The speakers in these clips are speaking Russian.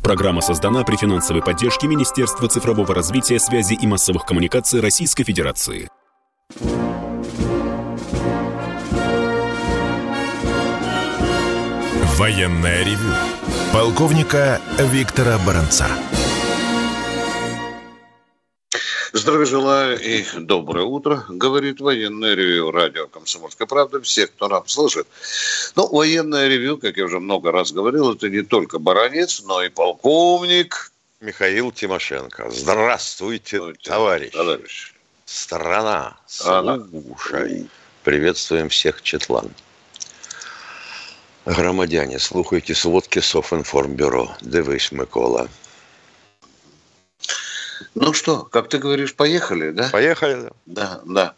Программа создана при финансовой поддержке Министерства цифрового развития, связи и массовых коммуникаций Российской Федерации. Военное ревю полковника Виктора Баранца. Здравия желаю и доброе утро, говорит военное ревью радио «Комсомольская правда». Всех, кто нам слышит. Ну, военное ревью, как я уже много раз говорил, это не только Баранец, но и полковник Михаил Тимошенко. Здравствуйте, товарищ. Страна, слушай. Приветствуем всех читлан. Громадяне, слухайте сводки Софинформбюро. Дивись, Микола. Ну что, как ты говоришь, поехали, да? Поехали, да. Да.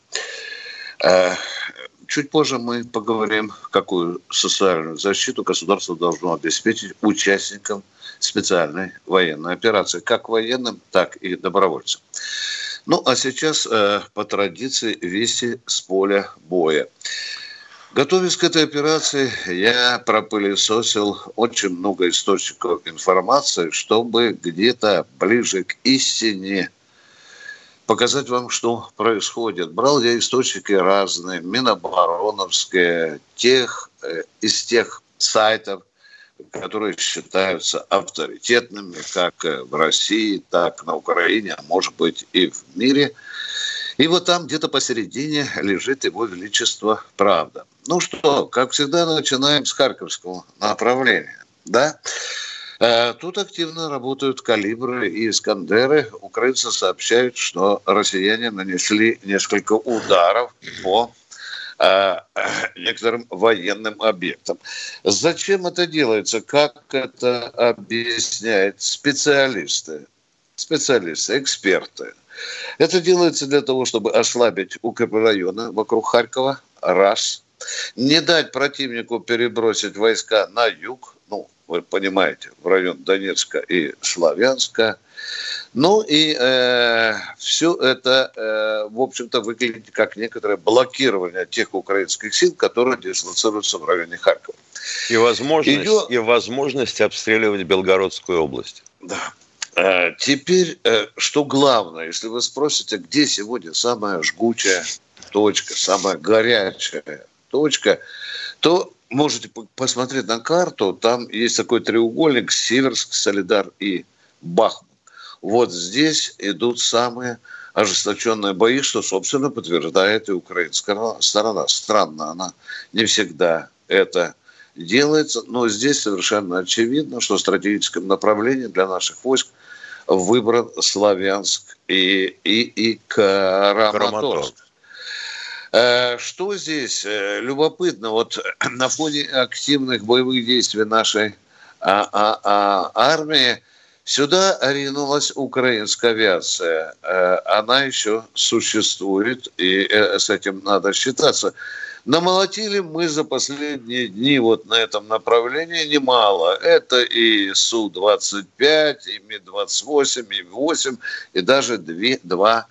Чуть позже мы поговорим, какую социальную защиту государство должно обеспечить участникам специальной военной операции, как военным, так и добровольцам. Ну, а сейчас, по традиции, вести с поля боя. Готовясь к этой операции, я пропылесосил очень много источников информации, чтобы где-то ближе к истине показать вам, что происходит. Брал я источники разные, минобороновские, из тех сайтов, которые считаются авторитетными как в России, так на Украине, а может быть и в мире. И вот там где-то посередине лежит его величество «Правда». Ну что, как всегда, начинаем с харьковского направления. Да? Тут активно работают калибры и «Искандеры». Украинцы сообщают, что россияне нанесли несколько ударов по некоторым военным объектам. Зачем это делается? Как это объясняют специалисты, эксперты? Это делается для того, чтобы ослабить укрепрайоны вокруг Харькова, раз. Не дать противнику перебросить войска на юг, ну, вы понимаете, в район Донецка и Славянска. Ну и все это, в общем-то, выглядит как некоторое блокирование тех украинских сил, которые дислоцируются в районе Харькова. И возможность обстреливать Белгородскую область. Да. Теперь, что главное, если вы спросите, где сегодня самая жгучая точка, самая горячая точка, то можете посмотреть на карту, там есть такой треугольник: Северск, Солидар и Бахмут. Вот здесь идут самые ожесточенные бои, что, собственно, подтверждает и украинская сторона. Странно, она не всегда это делается, но здесь совершенно очевидно, что стратегическим направлением для наших войск выбран Славянск и Краматорск. Что здесь любопытно? Вот на фоне активных боевых действий нашей армии сюда ринулась украинская авиация. Она еще существует, и с этим надо считаться. Намолотили мы за последние дни вот на этом направлении немало. Это и Су-25, и Ми-28, и Ми-8, и даже два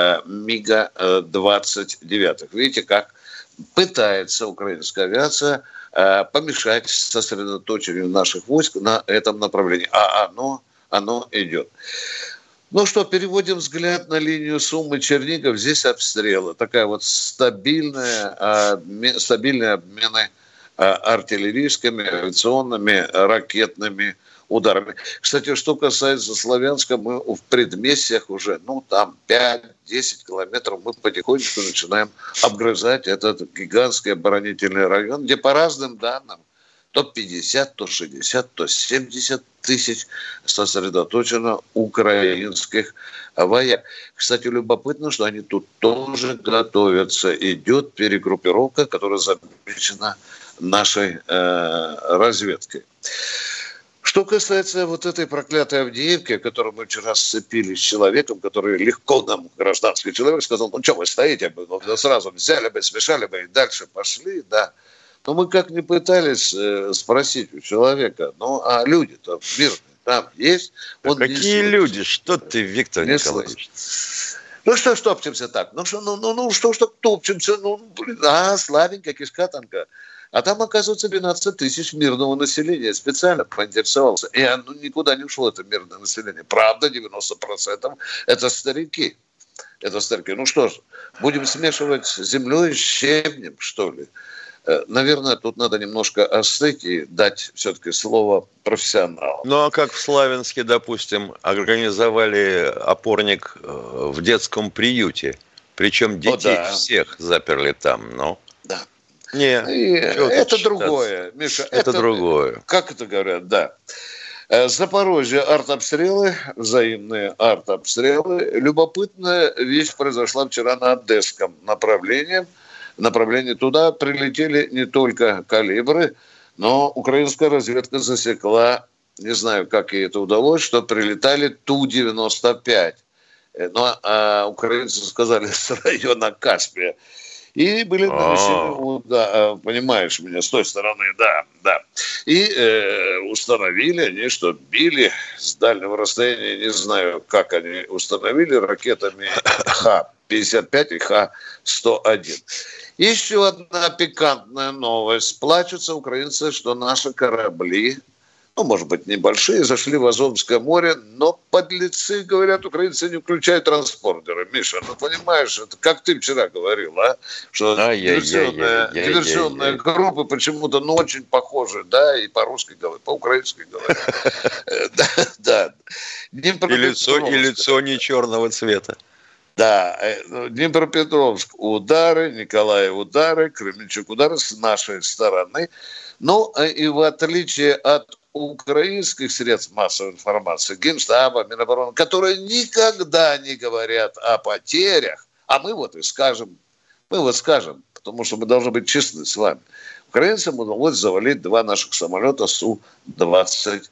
МиГа-29. Видите, как пытается украинская авиация помешать сосредоточению наших войск на этом направлении. А оно идет. Ну что, переводим взгляд на линию Сумы-Чернигов. Здесь обстрелы. Такая вот стабильные обмены артиллерийскими, авиационными, ракетными ударами. Кстати, что касается Славянска, мы в предместьях уже, там 5-10 километров мы потихонечку начинаем обгрызать этот гигантский оборонительный район, где по разным данным то 50, то 60, то 70 тысяч сосредоточено украинских вояк. Кстати, любопытно, что они тут тоже готовятся. Идет перегруппировка, которая замечена нашей разведкой. Что касается вот этой проклятой Авдеевки, которую мы вчера сцепились с человеком, который легко нам, гражданский человек, сказал: что вы стоите, сразу взяли бы, смешали бы и дальше пошли, да. Но мы как не пытались спросить у человека, а люди-то мирные там есть? Какие люди? Что ты, Виктор Николаевич? Что топчемся так? Что топчемся? Славенько, кишка танка. А там, оказывается, 12 тысяч мирного населения. Я специально поинтересовался. И оно никуда не ушло, это мирное население. Правда, 90% это старики. Это старики. Ну что ж, будем смешивать с землей, с щебнем, что ли? Наверное, тут надо немножко остыть и дать все-таки слово профессионалу. Ну, а как в Славянске, допустим, организовали опорник в детском приюте. Причем детей всех заперли там, но... Да. Нет, это другое, Миша. Это другое. Как это говорят, да. Запорожье артобстрелы, взаимные артобстрелы. Любопытная вещь произошла вчера на Одесском направлении. Туда прилетели не только калибры, но украинская разведка засекла, не знаю, как ей это удалось, что прилетали Ту-95. Но украинцы сказали, с района Каспия. И были нанесены, понимаешь меня, с той стороны, да. И установили они, что били с дальнего расстояния, не знаю, как они установили, ракетами Х-55 и Х-101. Еще одна пикантная новость. Плачутся украинцы, что наши корабли, может быть, небольшие, зашли в Азовское море, но подлецы, говорят, украинцы не включают транспортеры. Миша, понимаешь, это как ты вчера говорил, что диверсионные группы почему-то, очень похожи, да, и по-русски говорят, по-украински говорят. Да. И лицо не черного цвета. Да, Днепропетровск удары, Николаев удары, Кременчук удары с нашей стороны. Ну, и в отличие от украинских средств массовой информации, Генштаба, Минобороны, которые никогда не говорят о потерях, а мы скажем, потому что мы должны быть честны с вами. Украинцам удалось завалить 2 наших самолета Су-25.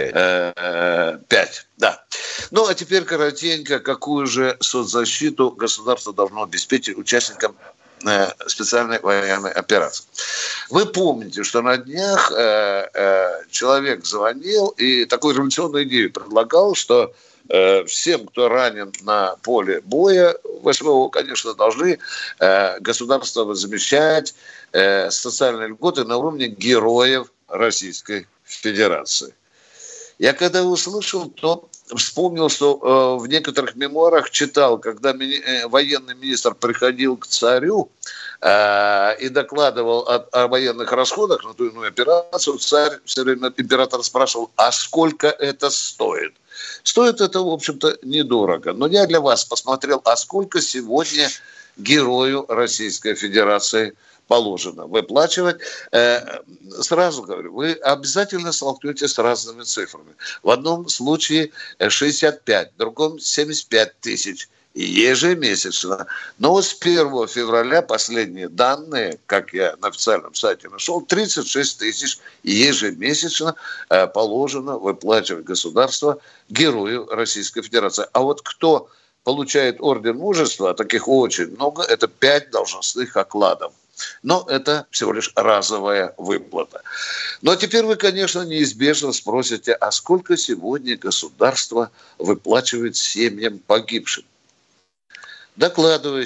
Да. Ну, а теперь коротенько, какую же соцзащиту государство должно обеспечить участникам специальной военной операции. Вы помните, что на днях человек звонил и такую революционную идею предлагал, что всем, кто ранен на поле боя, ВСВО, конечно, должны государство возмещать социальные льготы на уровне героев Российской Федерации. Я когда услышал, то вспомнил, что в некоторых мемуарах читал, когда военный министр приходил к царю и докладывал о военных расходах на ту или иную операцию, царь все время, император спрашивал, а сколько это стоит? Стоит это, в общем-то, недорого. Но я для вас посмотрел, а сколько сегодня герою Российской Федерации положено выплачивать. Сразу говорю, вы обязательно столкнетесь с разными цифрами. В одном случае 65, в другом 75 тысяч ежемесячно. Но с 1 февраля последние данные, как я на официальном сайте нашел, 36 тысяч ежемесячно положено выплачивать государство герою Российской Федерации. А вот кто получает орден мужества, таких очень много, это 5 должностных окладов. Но это всего лишь разовая выплата. Но теперь вы, конечно, неизбежно спросите, а сколько сегодня государство выплачивает семьям погибшим? Докладываю,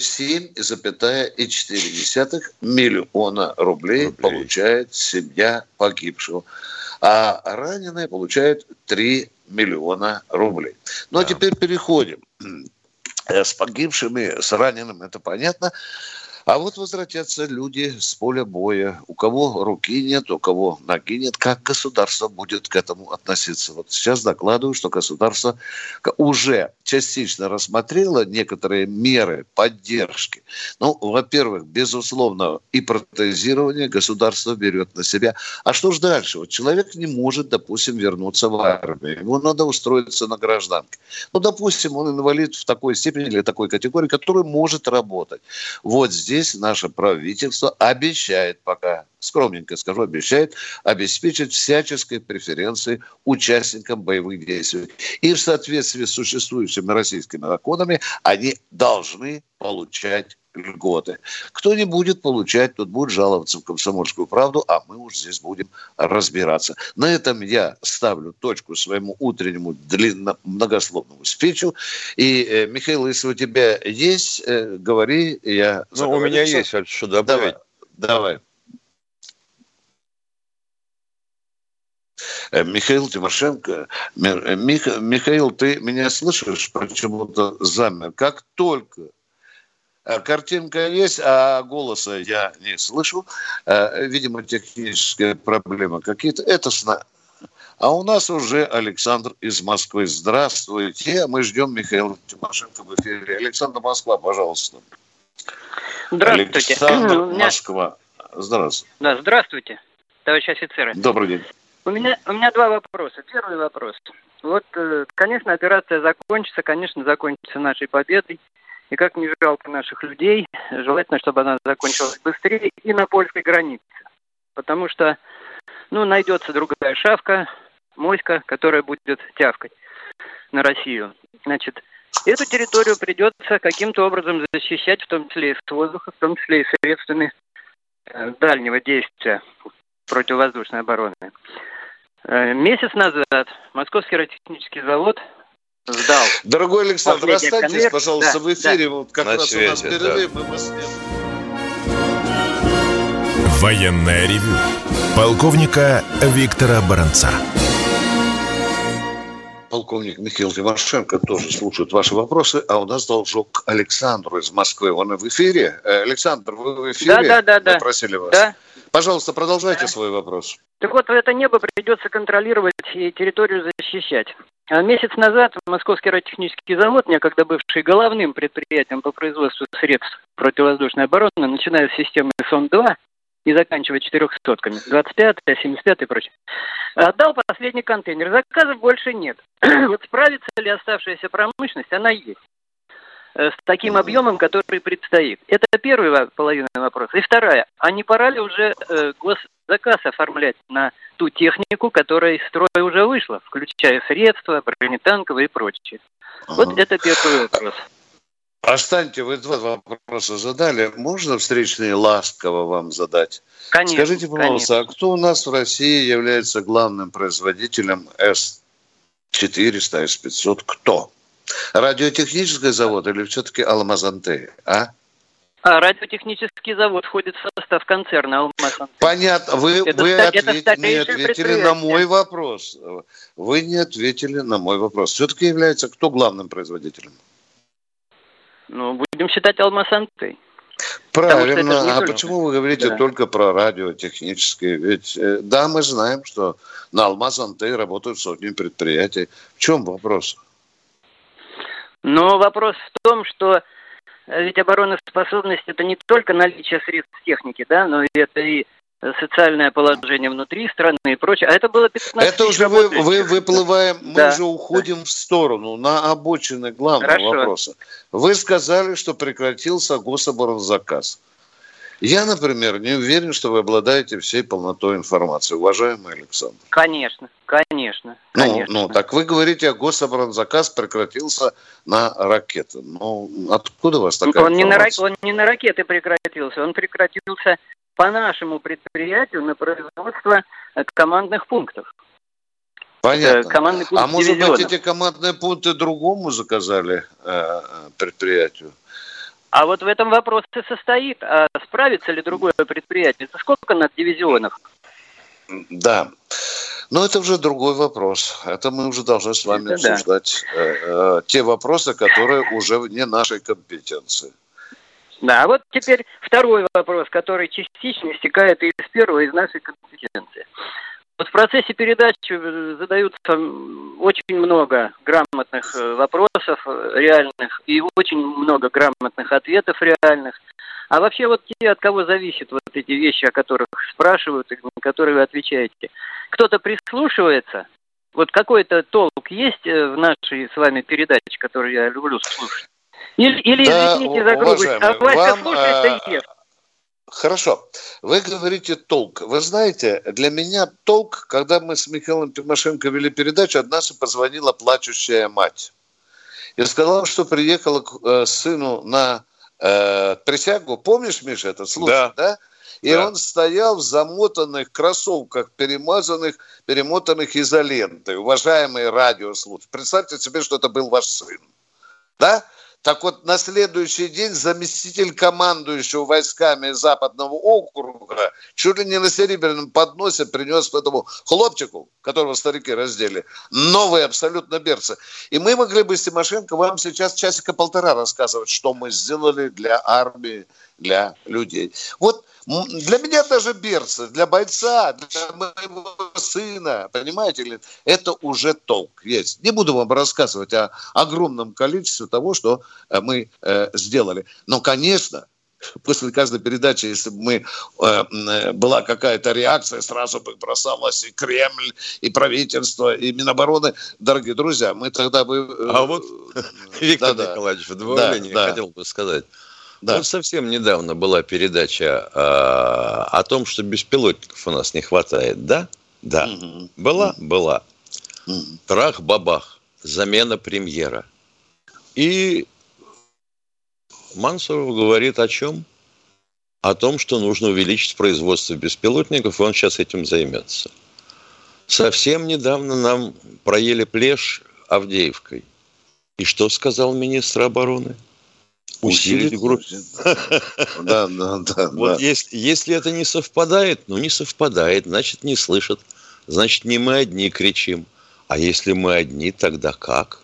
7,4 миллиона рублей получает семья погибшего. А раненые получают 3 миллиона рублей. Ну, а теперь переходим. С погибшими, с ранеными, это понятно. А вот возвратятся люди с поля боя. У кого руки нет, у кого ноги нет. Как государство будет к этому относиться? Вот сейчас докладываю, что государство уже частично рассмотрело некоторые меры поддержки. Ну, во-первых, безусловно, и протезирование государство берет на себя. А что же дальше? Вот человек не может, допустим, вернуться в армию. Ему надо устроиться на гражданке. Ну, допустим, он инвалид в такой степени или такой категории, который может работать. Вот здесь наше правительство обещает, пока скромненько скажу, обещает обеспечить всяческой преференции участникам боевых действий. И в соответствии с существующими российскими законами они должны получать льготы. Кто не будет получать, тот будет жаловаться в «Комсомольскую правду», а мы уж здесь будем разбираться. На этом я ставлю точку своему утреннему многословному спичу. И, Михаил, если у тебя есть, говори, я... у меня есть что добавить. Давай. Михаил Тимошенко. Михаил, ты меня слышишь? Почему-то замер. Как только картинка есть, а голоса я не слышу, видимо, технические проблемы какие-то, это А у нас уже Александр из Москвы. Здравствуйте. Мы ждем Михаила Тимошенко в эфире. Александр, Москва, пожалуйста. Здравствуйте. Александр, Москва. Здравствуйте. Да, здравствуйте, товарищи офицеры. Добрый день. У меня два вопроса. Первый вопрос. Вот, конечно, операция закончится, нашей победой. И как не жалко наших людей, желательно, чтобы она закончилась быстрее и на польской границе. Потому что, найдется другая шавка, моська, которая будет тявкать на Россию. Значит, эту территорию придется каким-то образом защищать, в том числе и с воздуха, в том числе и средствами дальнего действия противовоздушной обороны. Месяц назад Московский радиотехнический завод сдал. Дорогой Александр, останьтесь, пожалуйста, в эфире. Да. Вот как на раз связи, у нас перерыв. Да. Военное ревю полковника Виктора Баранца. Полковник Михаил Тимошенко тоже слушает ваши вопросы, а у нас должок Александру из Москвы. Он в эфире. Александр, вы в эфире? Да. Мы просили вас. Да. Пожалуйста, продолжайте свой вопрос. Так вот, это небо придется контролировать и территорию защищать. А месяц назад Московский радиотехнический завод, некогда бывший главным предприятием по производству средств противовоздушной обороны, начиная с системы СОН-2 и заканчивая 400-ками, 25-й, 75-й и прочее, отдал последний контейнер. Заказов больше нет. Вот справится ли оставшаяся промышленность? Она есть. С таким объемом, который предстоит. Это первая половина вопроса. И вторая. А не пора ли уже госзаказ оформлять на ту технику, которая из строя уже вышла, включая средства, бронетанковые и прочее? Вот это первый вопрос. Останьте, вы два вопроса задали. Можно встречные ласково вам задать? Конечно. Скажите, пожалуйста, а кто у нас в России является главным производителем С-400, С-500? Кто? Радиотехнический завод или все-таки Алмаз-Антей, а? Радиотехнический завод входит в состав концерна «Алмаз-Антей». Понятно. Вы не ответили на мой вопрос. Вы не ответили на мой вопрос. Все-таки является кто главным производителем? Будем считать «Алмаз-Антей». Правильно. А почему вы говорите только про радиотехнические? Ведь да, мы знаем, что на «Алмаз-Антей» работают сотни предприятий. В чем вопрос? Но вопрос в том, что ведь обороноспособность – это не только наличие средств техники, да, но это и социальное положение внутри страны и прочее. А это было 15 Это уже вы выплываем, мы уже уходим в сторону, на обочины главного вопроса. Вы сказали, что прекратился гособоронзаказ. Я, например, не уверен, что вы обладаете всей полнотой информации, уважаемый Александр. Конечно. Так вы говорите, гособоронзаказ прекратился на ракеты. Откуда у вас такая информация? Он не на ракеты прекратился, он прекратился по нашему предприятию на производство командных пунктов. Понятно. А может быть, эти командные пункты другому заказали предприятию? А вот в этом вопрос и состоит. А справится ли другое предприятие? Это сколько надо дивизионов? Да. Но это уже другой вопрос. Это мы уже должны с вами обсуждать те вопросы, которые уже вне нашей компетенции. Да, а вот теперь второй вопрос, который частично истекает из первого, из нашей компетенции. Вот в процессе передачи задаются очень много грамотных вопросов реальных и очень много грамотных ответов реальных. А вообще вот те, от кого зависят вот эти вещи, о которых спрашивают и на которые вы отвечаете, кто-то прислушивается? Вот какой-то толк есть в нашей с вами передаче, которую я люблю слушать? Или да, извините за грубость, а Васька слушает и ест. Хорошо. Вы говорите толк. Вы знаете, для меня толк, когда мы с Михаилом Тимошенко вели передачу, однажды позвонила плачущая мать. И сказала, что приехала к сыну на присягу. Помнишь, Миша, этот случай? Да. И он стоял в замотанных кроссовках, перемотанных изолентой. Уважаемые радиослушатели, представьте себе, что это был ваш сын. Да? Так вот, на следующий день заместитель командующего войсками Западного округа чуть ли не на серебряном подносе принес этому хлопчику, которого старики раздели, новые абсолютно берцы. И мы могли бы с Тимошенко вам сейчас часика полтора рассказывать, что мы сделали для армии, для людей. Вот для меня даже берцы, для бойца, для моего сына, понимаете ли, это уже толк есть. Не буду вам рассказывать о огромном количестве того, что мы сделали. Но, конечно, после каждой передачи, если бы была какая-то реакция, сразу бы бросалась и Кремль, и правительство, и Минобороны. Дорогие друзья, мы тогда бы... А вот, Виктор Николаевич, в добавлении хотел бы сказать. Да. Вот совсем недавно была передача о том, что беспилотников у нас не хватает, да? Да. Угу. Была. Угу. Трах-бабах. Замена премьера. И Мансуров говорит о чем? О том, что нужно увеличить производство беспилотников, и он сейчас этим займется. Совсем недавно нам проели плешь Авдеевкой. И что сказал министр обороны? Усилить группу. Да. Вот если это не совпадает, не совпадает, значит, не слышат. Значит, не мы одни кричим. А если мы одни, тогда как?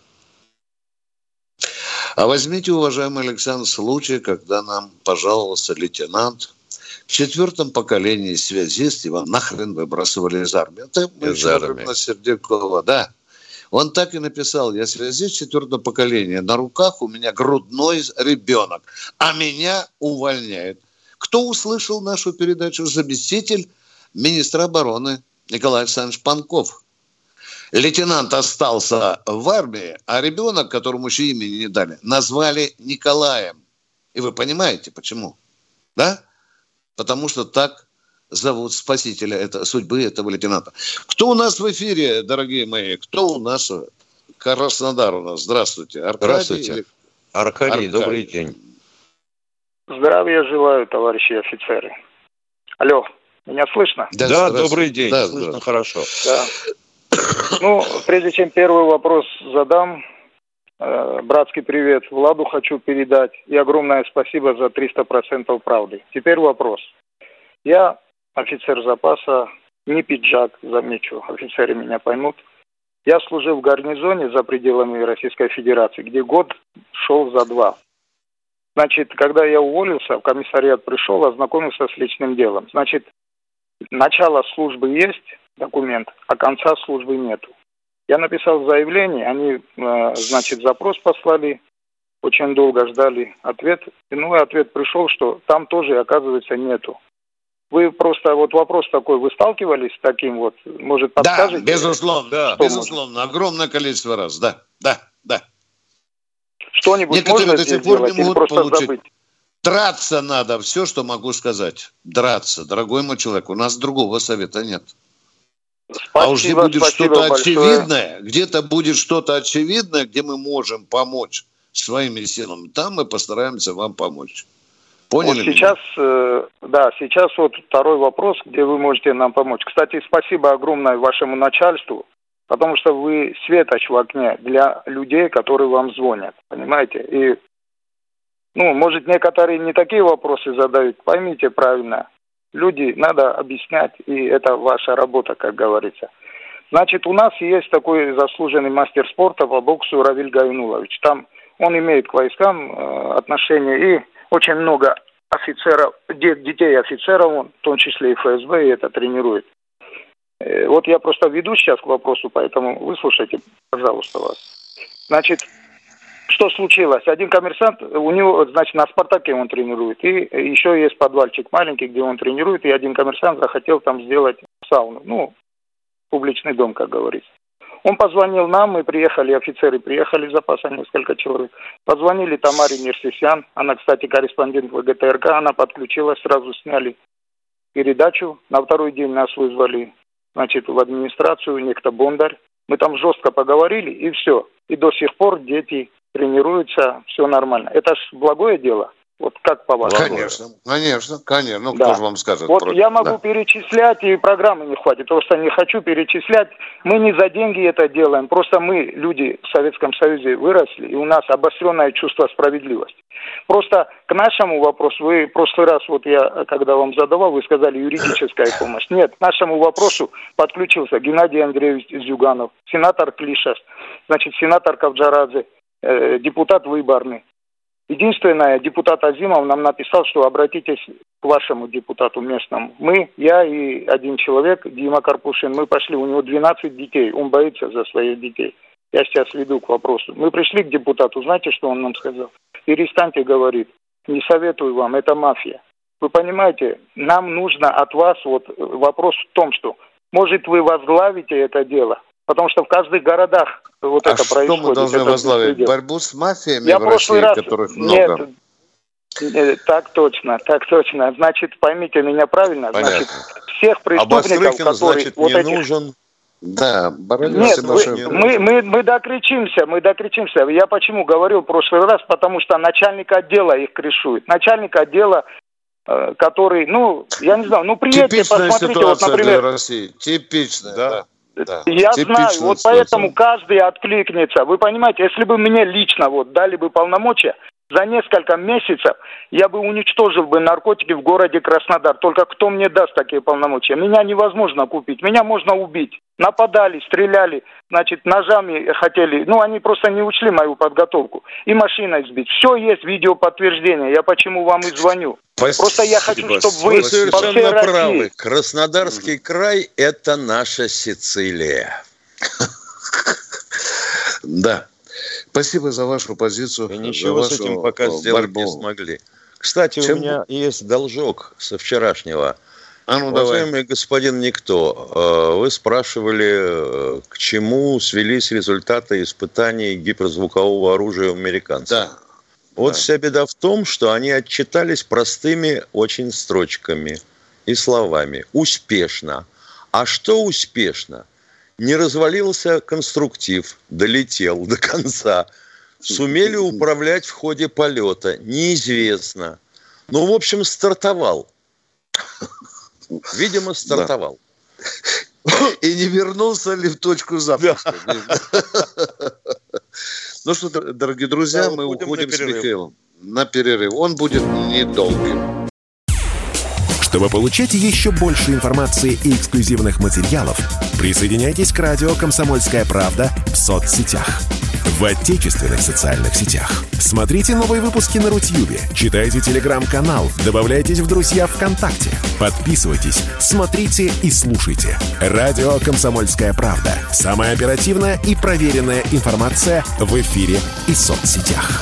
А возьмите, уважаемый Александр, случай, когда нам пожаловался лейтенант в 4-м поколении связист, его нахрен выбрасывали из армии. Это мы еще на Сердюкова, да. Он так и написал: я связист 4-го поколения, на руках у меня грудной ребенок, а меня увольняют. Кто услышал нашу передачу? Заместитель министра обороны Николай Александрович Панков. Лейтенант остался в армии, а ребенок, которому еще имени не дали, назвали Николаем. И вы понимаете, почему? Да? Потому что так зовут спасителя судьбы этого лейтенанта. Кто у нас в эфире, дорогие мои? Кто у нас? Краснодар у нас. Здравствуйте. Аркадий. Здравствуйте. Аркадий, добрый день. Здравия желаю, товарищи офицеры. Алло, меня слышно? Да, добрый день. Да, слышно хорошо. Да. Ну, прежде чем первый вопрос задам, братский привет Владу хочу передать и огромное спасибо за 300% правды. Теперь вопрос. Я офицер запаса, не пиджак, замечу, офицеры меня поймут. Я служил в гарнизоне за пределами Российской Федерации, где год шел за 2. Значит, когда я уволился, в комиссариат пришел, ознакомился с личным делом. Значит, начало службы есть, документ, а конца службы нету. Я написал заявление, они, значит, запрос послали, очень долго ждали ответ. И ответ пришел, что там тоже, оказывается, нету. Вы просто, вот вопрос такой, вы сталкивались с таким вот, может, подскажете? Да, безусловно, безусловно, огромное количество раз, да. Что-нибудь некоторые можно здесь делать или просто получить. Забыть? Драться надо, все, что могу сказать. Драться, дорогой мой человек, у нас другого совета нет. Спасибо, а уж где будет что-то очевидное, где-то будет что-то очевидное, где мы можем помочь своими силами, там мы постараемся вам помочь. Поняли? Вот сейчас вот второй вопрос, где вы можете нам помочь. Кстати, спасибо огромное вашему начальству, потому что вы светоч в окне для людей, которые вам звонят, понимаете? И, может, некоторые не такие вопросы задают, поймите правильно. Люди надо объяснять, и это ваша работа, как говорится. Значит, у нас есть такой заслуженный мастер спорта по боксу Равиль Гайнулович. Там он имеет к войскам отношения, и очень много офицеров, детей офицеров, он, в том числе и ФСБ, и это тренирует. Вот я просто веду сейчас к вопросу, поэтому выслушайте, пожалуйста, вас. Значит, что случилось? Один коммерсант, у него, значит, на «Спартаке» он тренирует, и еще есть подвальчик маленький, где он тренирует, и один коммерсант захотел там сделать сауну, публичный дом, как говорится. Он позвонил нам, мы приехали, офицеры приехали из запаса, несколько человек. Позвонили Тамаре Нерсисян, она, кстати, корреспондент ВГТРК, она подключилась, сразу сняли передачу. На второй день нас вызвали, значит, в администрацию, некто Бондарь. Мы там жестко поговорили, и все. И до сих пор дети тренируются, все нормально. Это ж благое дело. Вот как по-вашему? Конечно. Ну, да. кто же вам скажет? Вот против? я могу перечислять, и программы не хватит, просто не хочу перечислять. Мы не за деньги это делаем, просто мы, люди в Советском Союзе, выросли, и у нас обостренное чувство справедливости. Просто к нашему вопросу, вы в прошлый раз, вот я, когда вам задавал, вы сказали юридическая помощь. Нет, к нашему вопросу подключился Геннадий Андреевич Зюганов, сенатор Клишас, значит, сенатор Кавджарадзе, депутат выборный. Единственное, депутат Азимов нам написал, что обратитесь к вашему депутату местному. Я и один человек, Дима Карпушин, мы пошли, у него 12 детей, он боится за своих детей. Я сейчас веду к вопросу. Мы пришли к депутату, знаете, что он нам сказал? Перестаньте, говорит, не советую вам, это мафия. Вы понимаете, нам нужно от вас, вот вопрос в том, что, может, вы возглавите это дело, потому что в каждых городах вот это происходит. Что мы должны возглавить? Борьбу с мафиями в России, которых много? Нет, так точно. Значит, поймите меня правильно. Понятно. Значит, всех преступников, которые... значит, вот не эти... нужен. Да, Нет, мы докричимся. Я почему говорил в прошлый раз? Потому что начальник отдела их крышует. Начальник отдела, который, я не знаю, приедьте, посмотрите, вот, например... для России. Типичная, да. Да. Я знаю, вот поэтому каждый откликнется. Вы понимаете, если бы мне лично дали бы полномочия, за несколько месяцев я бы уничтожил бы наркотики в городе Краснодар. Только кто мне даст такие полномочия? Меня невозможно купить, меня можно убить. Нападали, стреляли, значит, ножами хотели. Они просто не учли мою подготовку. И машиной сбить. Все есть, видеоподтверждение. Я почему вам и звоню. Просто я хочу, чтобы вы совершенно правы. Краснодарский край – это наша Сицилия. Да. Спасибо за вашу позицию. И ничего с этим пока сделать не смогли. Кстати, у меня есть должок со вчерашнего. Уважаемый господин Никто, вы спрашивали, к чему свелись результаты испытаний гиперзвукового оружия у американцев. Да. Вся беда в том, что они отчитались простыми очень строчками и словами. Успешно. А что успешно? Не развалился конструктив, долетел до конца. Сумели управлять в ходе полета? Неизвестно. В общем, стартовал. Видимо, стартовал. И не вернулся ли в точку запуска? Ну что, дорогие друзья, мы уходим с Михаилом на перерыв. Он будет недолгим. Чтобы получать еще больше информации и эксклюзивных материалов, присоединяйтесь к радио «Комсомольская правда» в соцсетях. В отечественных социальных сетях. Смотрите новые выпуски на Рутьюбе, читайте телеграм-канал, добавляйтесь в друзья ВКонтакте, подписывайтесь, смотрите и слушайте. Радио «Комсомольская правда». Самая оперативная и проверенная информация в эфире и соцсетях.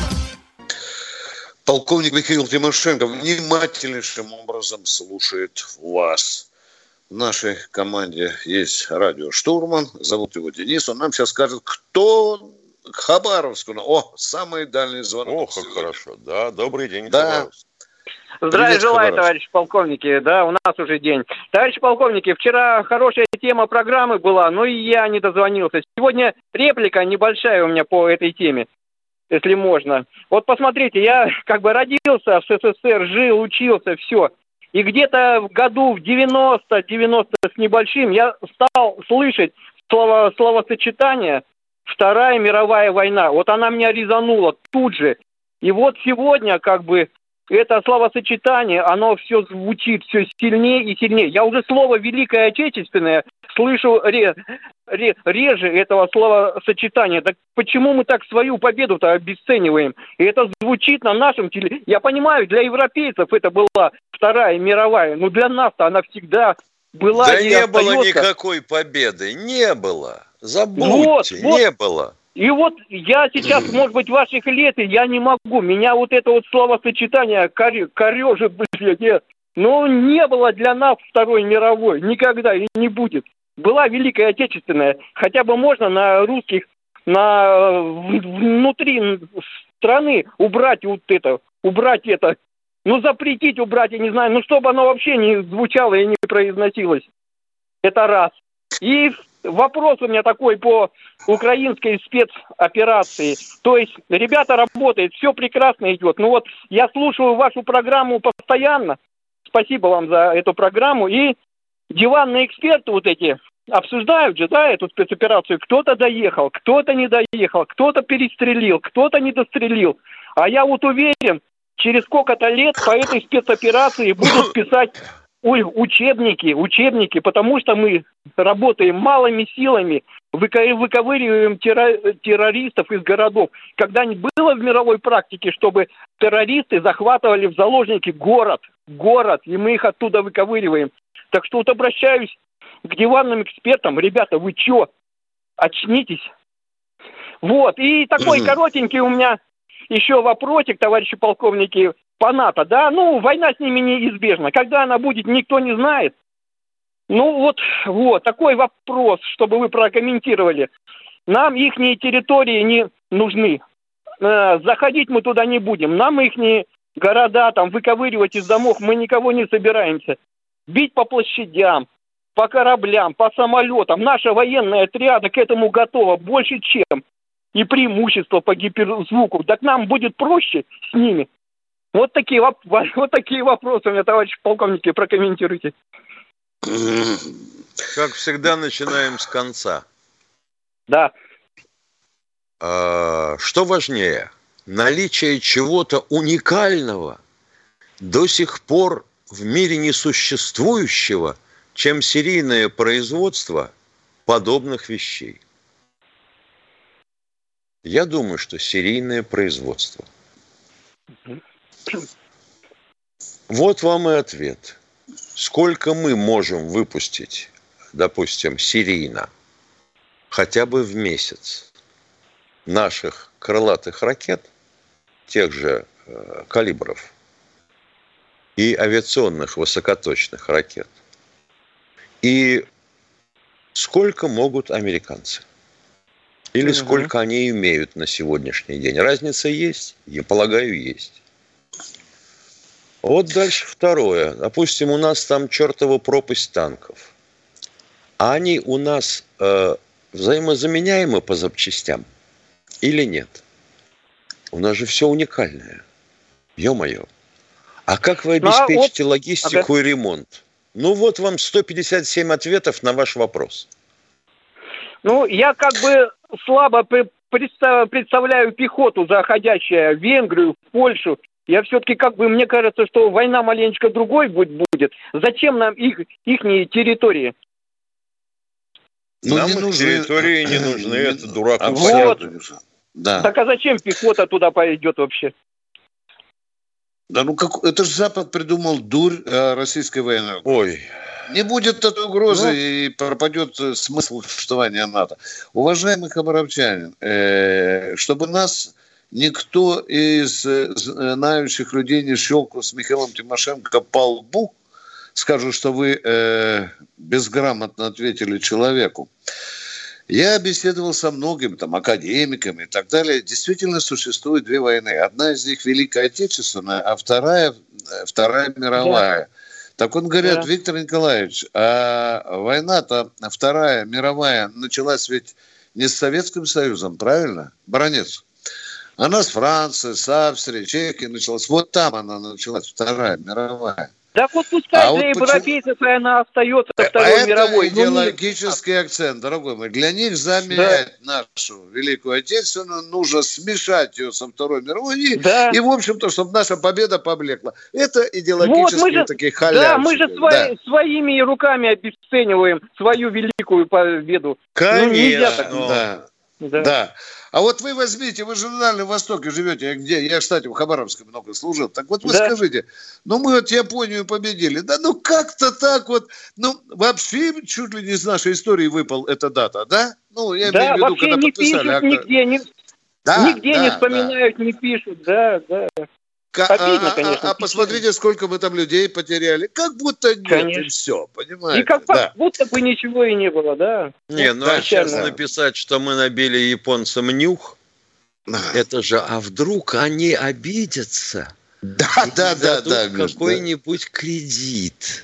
Полковник Михаил Тимошенко внимательнейшим образом слушает вас. В нашей команде есть радиоштурман, зовут его Денис. Он нам сейчас скажет, кто к Хабаровску. Самый дальний звонок. Как хорошо. Да, добрый день, Хабаровск. Здравия желаю, товарищи полковники. Да, у нас уже день. Товарищи полковники, вчера хорошая тема программы была, но и я не дозвонился. Сегодня реплика небольшая у меня по этой теме, если можно. Вот посмотрите, я родился в СССР, жил, учился, все. И где-то в году в 90 с небольшим я стал слышать словосочетание «Вторая мировая война». Вот она меня резанула тут же. И вот сегодня это словосочетание, оно все звучит все сильнее и сильнее. Я уже слово «Великая Отечественная» слышу реже этого словосочетания. Так почему мы так свою победу-то обесцениваем? И это звучит на нашем телевидении. Я понимаю, для европейцев это была Вторая мировая, но для нас-то она всегда была и остается. Да не было никакой победы, не было. Забудьте, не было. И вот я сейчас, может быть, ваших лет, и я не могу. Меня это словосочетание корежит, нет. Но не было для нас Второй мировой. Никогда и не будет. Была Великая Отечественная. Хотя бы можно на русских, внутри страны убрать убрать это. Запретить, убрать, я не знаю. Чтобы оно вообще не звучало и не произносилось. Это раз. И вопрос у меня такой по украинской спецоперации. То есть ребята работают, все прекрасно идет. Ну вот я слушаю вашу программу постоянно. Спасибо вам за эту программу. И диванные эксперты вот эти обсуждают же, да, эту спецоперацию. Кто-то доехал, кто-то не доехал, кто-то перестрелил, кто-то не дострелил. А я вот уверен, через сколько-то лет по этой спецоперации будут писать учебники, потому что мы работаем малыми силами, выковыриваем террористов из городов. Когда-нибудь было в мировой практике, чтобы террористы захватывали в заложники город, и мы их оттуда выковыриваем. Так что вот обращаюсь к диванным экспертам. Ребята, вы чё? Очнитесь. Вот. И такой коротенький у меня еще вопросик, товарищи полковники, по НАТО, да? Ну, война с ними неизбежна. Когда она будет, никто не знает. Ну, вот такой вопрос, чтобы вы прокомментировали. Нам ихние территории не нужны. Заходить мы туда не будем. Нам ихние города там выковыривать из домов мы никого не собираемся. Бить по площадям, по кораблям, по самолетам. Наша военная отряда к этому готова больше, чем. И преимущество по гиперзвуку. Так нам будет проще с ними. Вот такие вопросы у меня, товарищи полковники, прокомментируйте. Как всегда, начинаем с конца. Да. Что важнее? Наличие чего-то уникального, до сих пор в мире несуществующего, чем серийное производство подобных вещей. Я думаю, что серийное производство. Вот вам и ответ. Сколько мы можем выпустить, допустим, серийно, хотя бы в месяц, наших крылатых ракет, тех же калибров, и авиационных высокоточных ракет, и сколько могут американцы? Или сколько они имеют на сегодняшний день? Разница есть? Я полагаю, есть. Вот дальше второе. Допустим, у нас там чертова пропасть танков. А они у нас взаимозаменяемы по запчастям или нет? У нас же все уникальное. Ё-моё. А как вы обеспечите логистику и ремонт? Ну вот вам 157 ответов на ваш вопрос. Ну, я как бы слабо представляю пехоту, заходящую в Венгрию, в Польшу. Я все-таки мне кажется, что война маленечко другой будет. Зачем нам ихние территории? Нам их территории не нужны, это дуракам вот. Да. Так а зачем пехота туда пойдет вообще? Да это же Запад придумал дурь российской войны. Ой. Не будет этой угрозы и пропадет смысл существования НАТО. Уважаемый хабаровчанин, чтобы нас никто из знающих людей не щелкал с Михаилом Тимошенко по лбу, скажу, что вы безграмотно ответили человеку. Я беседовал со многими академиками и так далее. Действительно существует две войны. Одна из них Великая Отечественная, а вторая мировая. Да. Так он говорит, Виктор Николаевич, а война-то Вторая мировая началась ведь не с Советским Союзом, правильно? Баронец. Она с Францией, с Австрией, Чехией началась. Вот там она началась, Вторая мировая. Да вот пускай для европейцев она остается Второй мировой. Это идеологический акцент, дорогой мой. Для них заменять нашу Великую Отечественную нужно смешать ее со Второй мировой и в общем-то, чтобы наша победа поблекла. Это идеологические такие халявщики. Да, мы же своими руками обесцениваем свою великую победу. Конечно. Да. А вот вы возьмите, вы же на Дальнем Востоке живете, я, кстати, в Хабаровске много служил. Так вот вы скажите, мы вот Японию победили. Да как-то так вот, вообще чуть ли не из нашей истории выпал эта дата, да? Я имею в виду, когда подписали. Нигде не вспоминают, не пишут, да. Обидно, конечно. А посмотрите, сколько мы там людей потеряли. Как будто нет, конечно. И все, понимаете? И как будто бы ничего и не было, да. Сейчас написать, что мы набили японцам нюх, это же, а вдруг они обидятся? Да. Какой-нибудь кредит.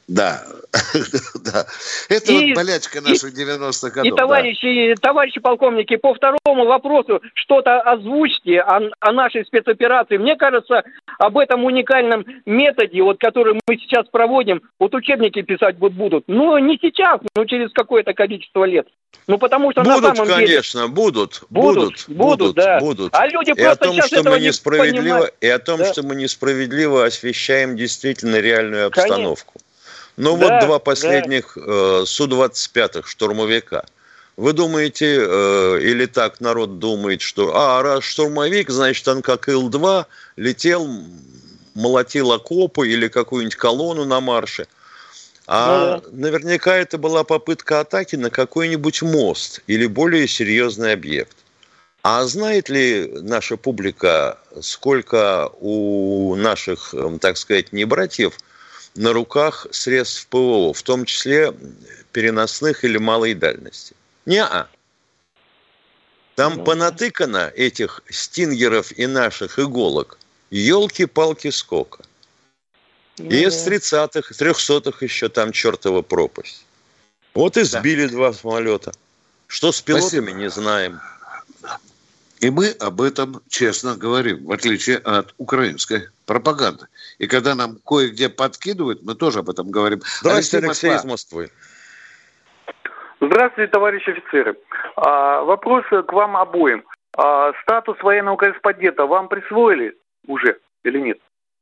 Да. Это вот болячка наших 90-х годов. И, товарищи полковники, по второму вопросу что-то озвучьте о нашей спецоперации. Мне кажется, об этом уникальном методе, вот, который мы сейчас проводим, вот учебники писать будут. Ну, не сейчас, но через какое-то количество лет. Ну, потому что будут, на самом деле... конечно, будут. Да. Будут. А люди и просто сейчас этого не понимают. И о том, что мы несправедливо освещаем действительно реальную обстановку. Ну вот два последних Су-25 штурмовика. Вы думаете, или так народ думает, что раз штурмовик, значит, он как Ил-2 летел, молотил окопы или какую-нибудь колонну на марше. Наверняка это была попытка атаки на какой-нибудь мост или более серьезный объект. А знает ли наша публика, сколько у наших, так сказать, небратьев на руках средств ПВО, в том числе переносных или малой дальности? Не-а. Там понатыкано этих стингеров и наших иголок. Ёлки-палки сколько. И из 30-х, 300-х еще там чертова пропасть. Вот и сбили 2 самолета. Что с пилотами, не знаем. И мы об этом честно говорим, в отличие от украинской пропаганды. И когда нам кое-где подкидывают, мы тоже об этом говорим. Здравствуйте, Алексей из Москвы. Здравствуйте, товарищи офицеры. Вопрос к вам обоим. Статус военного корреспондента вам присвоили уже или нет?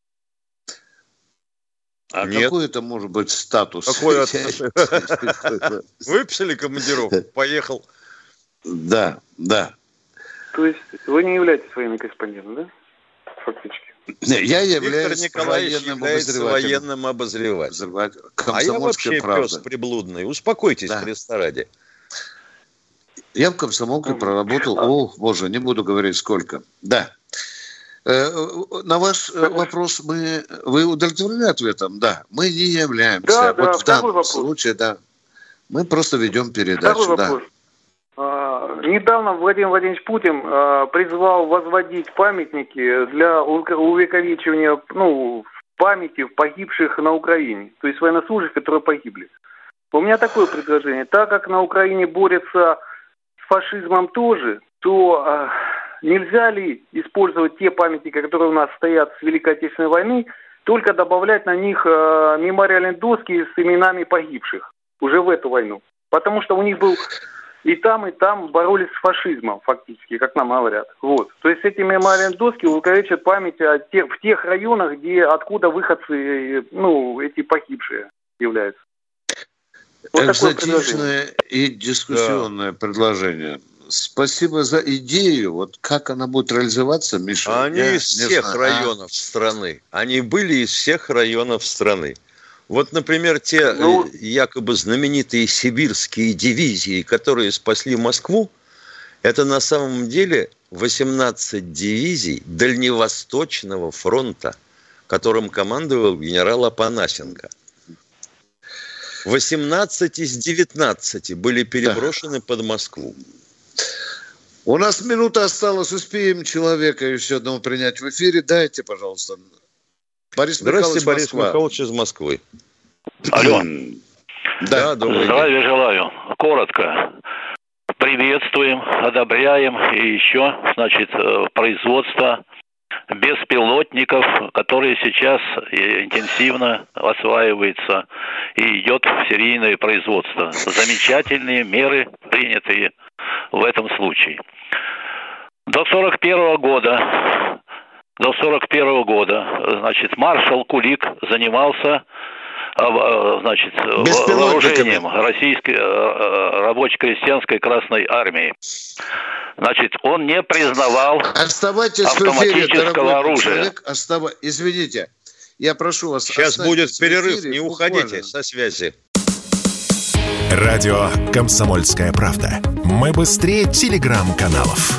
Нет. Какой это может быть статус? Какой выписали командировку, поехал. Да. То есть вы не являетесь военным корреспондентом, да? Фактически. Я являюсь Виктор Николаевич военным обозревателем. А я вообще пес приблудный. Успокойтесь, Христа ради. Я в комсомолке проработал, боже, не буду говорить сколько. Да. На ваш вопрос вы удовлетворены ответом? Да. Мы не являемся. Вот в данном случае, да. Мы просто ведем передачу. Да. Недавно Владимир Владимирович Путин призвал возводить памятники для увековечивания памяти погибших на Украине, то есть военнослужащих, которые погибли. У меня такое предложение. Так как на Украине борются с фашизмом тоже, то нельзя ли использовать те памятники, которые у нас стоят с Великой Отечественной войны, только добавлять на них мемориальные доски с именами погибших уже в эту войну? Потому что у них был... И там боролись с фашизмом, фактически, как нам говорят. Вот. То есть эти мемориальные доски увековечат память в тех районах, откуда выходцы, эти погибшие являются. Вот экзотичное и дискуссионное предложение. Спасибо за идею. Вот как она будет реализоваться, Миша? Они из всех районов страны. Они были из всех районов страны. Вот, например, те якобы знаменитые сибирские дивизии, которые спасли Москву, это на самом деле 18 дивизий Дальневосточного фронта, которым командовал генерал Апанасенко. 18 из 19 были переброшены под Москву. У нас минута осталась, успеем человека еще одного принять в эфире. Дайте, пожалуйста. Здравствуйте, Борис Михайлович из Москвы. Алло. Да, здравия желаю. Коротко. Приветствуем, одобряем и еще, производство беспилотников, которые сейчас интенсивно осваиваются и идет в серийное производство. Замечательные меры принятые в этом случае. До 41 года, маршал Кулик занимался, вооружением российской рабоче-крестьянской Красной Армии. Он не признавал автоматического оружия. Извините, я прошу вас. Сейчас будет перерыв, не уходите со связи. Радио «Комсомольская правда». Мы быстрее телеграм-каналов.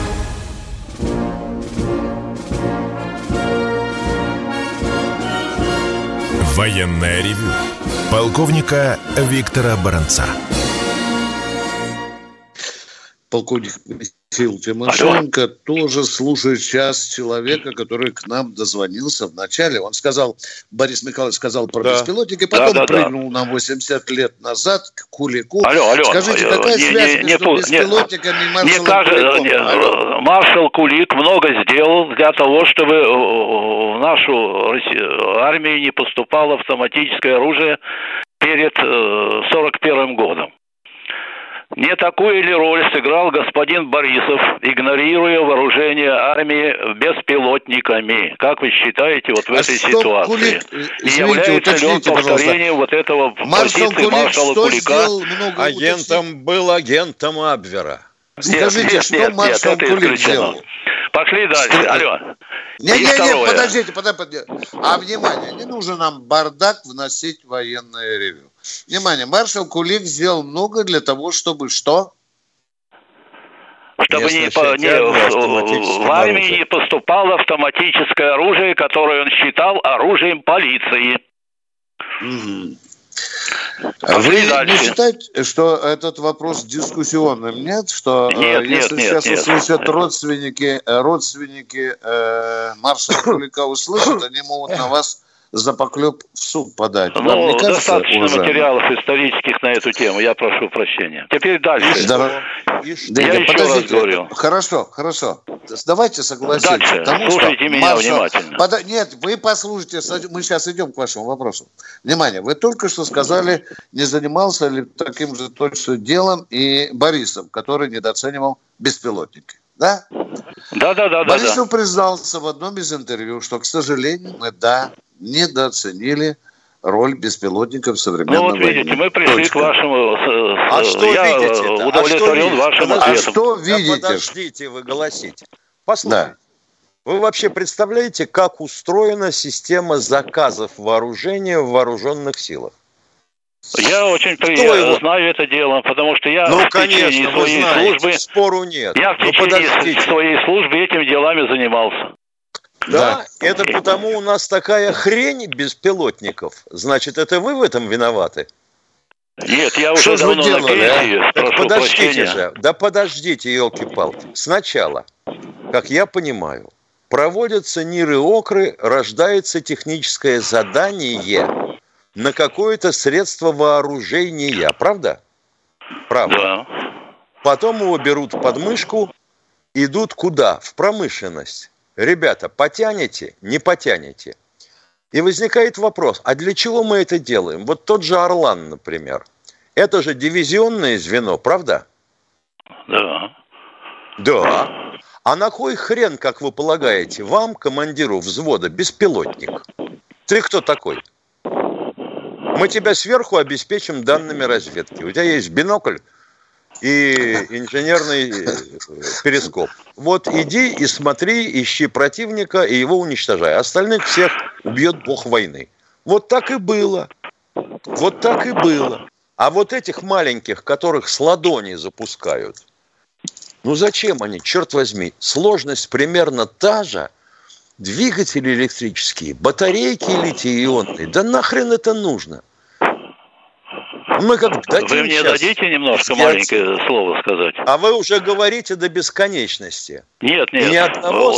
Военное ревю полковника Виктора Баранца. Полковник Михаил Тимошенко тоже слушает сейчас человека, который к нам дозвонился в начале. Он сказал, Борис Михайлович сказал про беспилотники, потом прыгнул на 80 лет назад к Кулику. Скажите, какая связь между беспилотниками и маршалом Куликом? Маршал Кулик много сделал для того, чтобы в нашу армию не поступало автоматическое оружие перед 1941 годом. Не такую ли роль сыграл господин Борисов, игнорируя вооружение армии беспилотниками? Как вы считаете вот в этой ситуации? И является ли он повторением вот этого позиции маршала Кулика? Был агентом Абвера. Скажите, что маршал Кулик сделал? Пошли дальше. Алло. Подождите. А внимание, не нужно нам бардак вносить в военное ревью. Внимание, маршал Кулик сделал много для того, чтобы что? Чтобы в армии не поступало автоматическое оружие, которое он считал оружием полиции. Вы не считаете, что этот вопрос дискуссионным? Нет? Что если сейчас услышат родственники маршала Кулика услышат, они могут на вас за поклеп в суд подать. Достаточно материалов исторических на эту тему. Я прошу прощения. Теперь дальше. Я еще раз говорю. Хорошо. Давайте согласимся. Дальше. Слушайте меня внимательно. Нет, вы послушайте. Мы сейчас идем к вашему вопросу. Внимание, вы только что сказали, не занимался ли таким же точно делом и Борисов, который недооценивал беспилотники. Да? Да. Борисов признался в одном из интервью, что, к сожалению, мы, недооценили роль беспилотников в современной войне. Видите, мы пришли к вашему... Я удовлетворен вашим ответом. Что видите? Подождите, вы голосите. Послушайте. Вы вообще представляете, как устроена система заказов вооружения в вооруженных силах? Я очень знаю это дело, потому что я в течение своей службы... Спору нет. Я в течение своей службы этими делами занимался. Да, это потому у нас такая хрень беспилотников. Значит, это вы в этом виноваты? Нет, я уже давно на пенсии, прошу подождите же. Да подождите, елки-палки. Сначала, как я понимаю, проводятся НИРы-ОКРы, рождается техническое задание на какое-то средство вооружения. Правда? Правда. Да. Потом его берут под мышку, идут куда? В промышленность. Ребята, потянете, не потянете. И возникает вопрос, а для чего мы это делаем? Вот тот же Орлан, например. Это же дивизионное звено, правда? Да. Да. А на кой хрен, как вы полагаете, вам, командиру взвода, беспилотник? Ты кто такой? Мы тебя сверху обеспечим данными разведки. У тебя есть бинокль и инженерный перископ. Вот иди и смотри, ищи противника и его уничтожай. Остальных всех убьет бог войны. Вот так и было. А вот этих маленьких, которых с ладони запускают, зачем они, черт возьми? Сложность примерно та же. Двигатели электрические, батарейки литий-ионные. Да нахрен это нужно? Мы как вы мне дадите немножко маленькое слово сказать? А вы уже говорите до бесконечности. Нет. Ни одного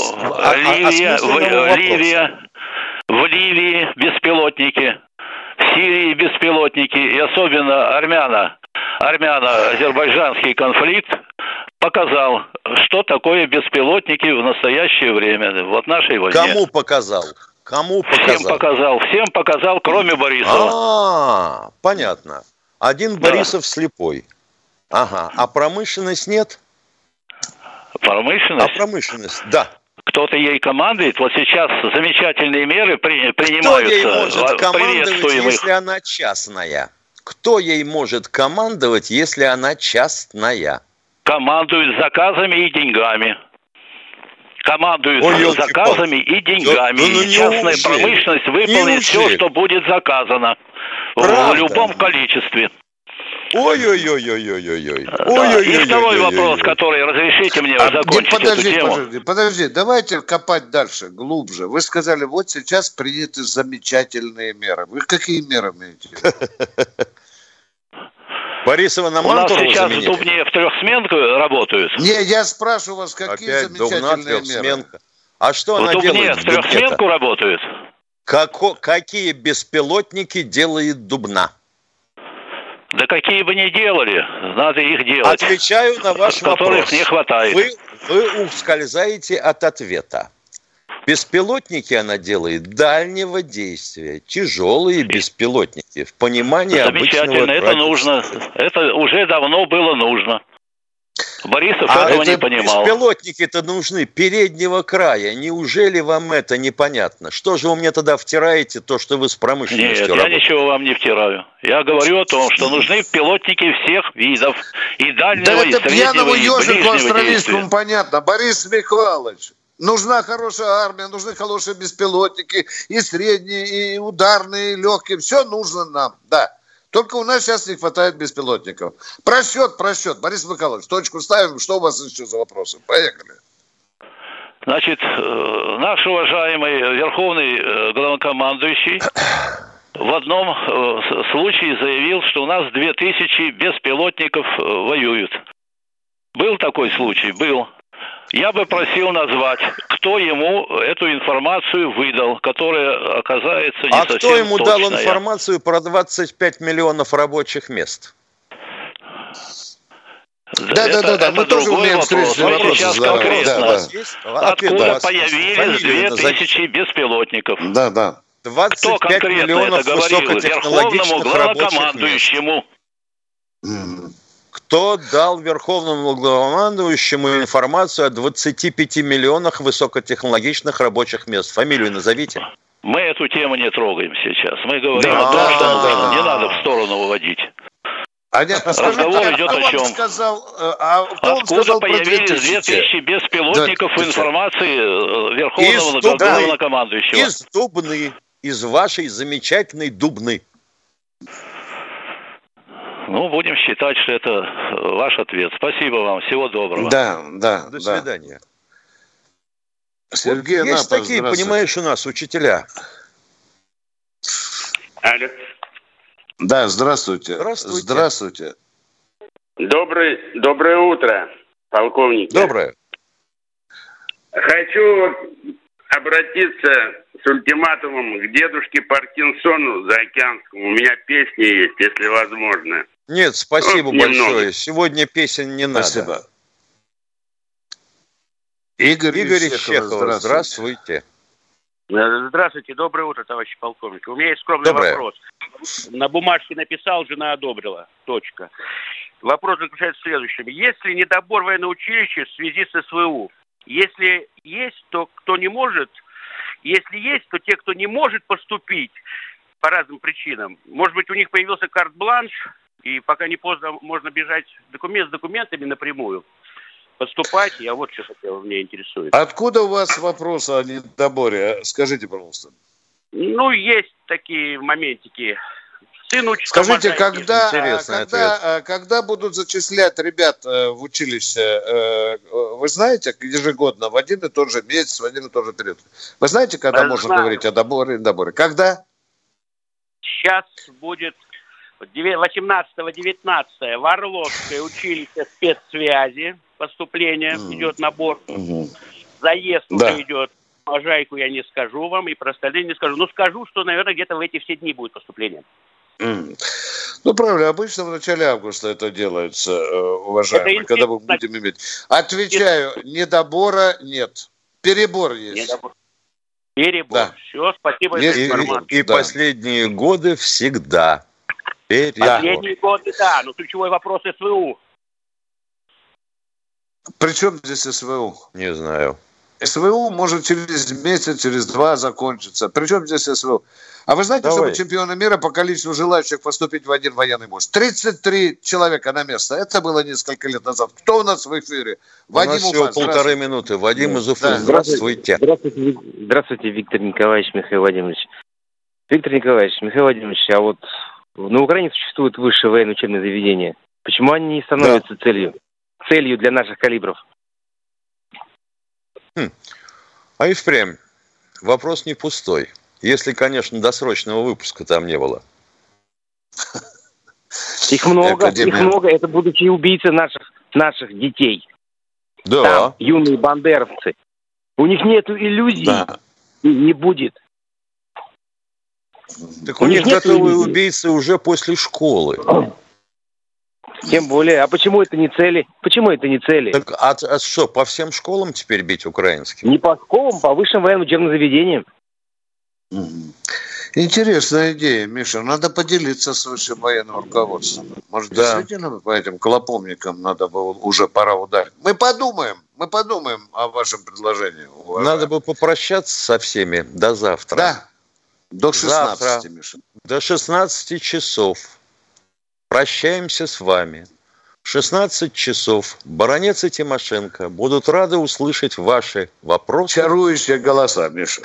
в Ливии беспилотники, в Сирии беспилотники, и особенно армяно-азербайджанский конфликт показал, что такое беспилотники в настоящее время, в нашей войне. Кому показал? Всем показал, кроме Борисова. Понятно. Один Борисов слепой. Ага. А промышленность нет? Промышленность? Да. Кто-то ей командует. Вот сейчас замечательные меры принимаются. Кто ей может командовать, если она частная? Кто ей может командовать, если она частная? Командуют заказами и деньгами. Частная промышленность выполнит все, что будет заказано. В любом количестве. Ой-ой-ой-ой-ой-ой. И второй вопрос, который разрешите мне закончить эту тему. Подожди, давайте копать дальше, глубже. Вы сказали, вот сейчас приняты замечательные меры. Вы какие меры имеете? Борисова на У нас Мантурова сейчас заменили? в Дубне в трехсменку работают. Не, я спрашиваю вас, какие Опять Дубна, замечательные меры. трехсменка. А что В она Дубне делает в в Дубне-то? трехсменку работают. Какие беспилотники делает Дубна? Да какие бы ни делали, надо их делать. Отвечаю на ваш вопрос. Которых не хватает. Вы ускользаете от ответа. Беспилотники она делает дальнего действия. Тяжелые беспилотники. В понимании обычного Замечательно, это нужно. Это уже давно было нужно. Борисов этого не понимал. Беспилотники-то нужны переднего края. Неужели вам это непонятно? Что же вы мне тогда втираете, то, что вы с промышленностью работаете? Нет, я ничего вам не втираю. Я говорю о том, что нужны пилотники всех видов. И дальнего, и среднего, и ближнего действия. Да это пьяному ежику австралийскому понятно. Борис Михайлович. Нужна хорошая армия, нужны хорошие беспилотники, и средние, и ударные, и легкие. Все нужно нам, да. Только у нас сейчас не хватает беспилотников. Просчет. Борис Михайлович, точку ставим. Что у вас еще за вопросы? Поехали. Значит, наш уважаемый верховный главнокомандующий в одном случае заявил, что у нас 2000 беспилотников воюют. Был такой случай? Был. Я бы просил назвать, кто ему эту информацию выдал, которая оказается не совсем точная. А кто ему дал информацию про 25 миллионов рабочих мест? Да. Мы тоже умеем встречные вопросы. Сейчас конкретно. Откуда появились 2000 беспилотников? Да. 25 миллионов высокотехнологичных главнокомандующему. Кто дал верховному главнокомандующему информацию о 25 миллионах высокотехнологичных рабочих мест? Фамилию назовите. Мы эту тему не трогаем сейчас. Мы говорим о том, что не надо в сторону выводить. Разговор идет о чем? Откуда появились 2000 беспилотников информации верховного главнокомандующего? Из Дубны. Из вашей замечательной Дубны. Ну, будем считать, что это ваш ответ. Спасибо вам. Всего доброго. Да. До свидания. Сергей, вот есть такие, понимаешь, у нас учителя. Алло. Да, здравствуйте. Здравствуйте. Доброе утро, полковник. Доброе. Хочу обратиться с ультиматумом к дедушке Паркинсону заокеанскому. У меня песни есть, если возможно. Нет, спасибо большое. Сегодня песен не спасибо. Надо. Игорь Щехов, здравствуйте. Здравствуйте, доброе утро, товарищ полковник. У меня есть скромный вопрос. На бумажке написал, жена одобрила. Точка. Вопрос заключается в следующем. Есть ли недобор в военном училище в связи с СВУ? Если есть, то кто не может? Если есть, то те, кто не может поступить по разным причинам, может быть, у них появился карт-бланш, и пока не поздно можно бежать с документами напрямую. Поступать, я вот что хотел, меня интересует. Откуда у вас вопрос о недоборе? Скажите, пожалуйста. Ну, есть такие моментики. Сын учится. Скажите, когда будут зачислять ребят в училище, вы знаете, ежегодно, в один и тот же месяц, в один и тот же период? Вы знаете, когда можно говорить о доборе и недоборе? Когда? Сейчас будет 18-19 в Орловское училище спецсвязи. Поступление, идет набор. Заезд уже идет. Можайку я не скажу вам, и про остальные не скажу. Но скажу, что, наверное, где-то в эти все дни будет поступление. Ну, правильно, обычно в начале августа это делается, уважаемые, когда мы будем иметь. Отвечаю, недобора нет. Перебор есть. Перебор. Да. Все, спасибо за информацию. И последние годы всегда. Последние годы, да. Но ключевой вопрос СВУ. При чем здесь СВУ? Не знаю. СВУ может через месяц, через два закончиться. При чем здесь СВУ? А вы знаете, что мы чемпионы мира по количеству желающих поступить в один военный мост? 33 человека на место. Это было несколько лет назад. Кто у нас в эфире? Вадим Уфа. У нас всего 1,5 минуты. Вадим из Уфы. Здравствуйте. Здравствуйте, Виктор Николаевич, Михаил Владимирович. Виктор Николаевич, Михаил Владимирович, а вот на Украине существует высшее военное учебное заведение. Почему они не становятся целью для наших калибров? А и впрямь. Вопрос не пустой. Если, конечно, досрочного выпуска там не было. Их много, это будущие убийцы наших детей. Да. Там юные бандеровцы. У них нет иллюзий. Да. И не будет. Так у них готовые убийцы уже после школы. Тем более. А почему это не цели? Так, а что, по всем школам теперь бить украинским? Не по школам, по высшим военным учебным заведениям. Интересная идея, Миша. Надо поделиться с высшим военным руководством. Может, действительно по этим клоповникам надо было уже пора ударить. Мы подумаем о вашем предложении. Надо бы попрощаться со всеми до завтра. Да, до 16, завтра, Миша. До 16 часов. Прощаемся с вами. В 16 часов баронец и Тимошенко будут рады услышать ваши вопросы. Чарующие голоса, Миша.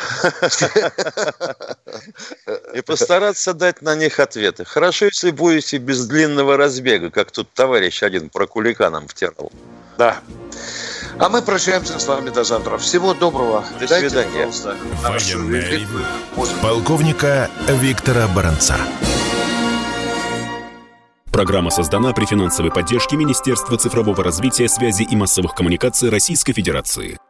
И постараться дать на них ответы. Хорошо, если будете без длинного разбега, как тут товарищ один про Кулика нам втирал. Да. А мы прощаемся с вами до завтра. Всего доброго. До свидания. Военное ревю полковника Виктора Баранца. Программа создана при финансовой поддержке Министерства цифрового развития, связи и массовых коммуникаций Российской Федерации.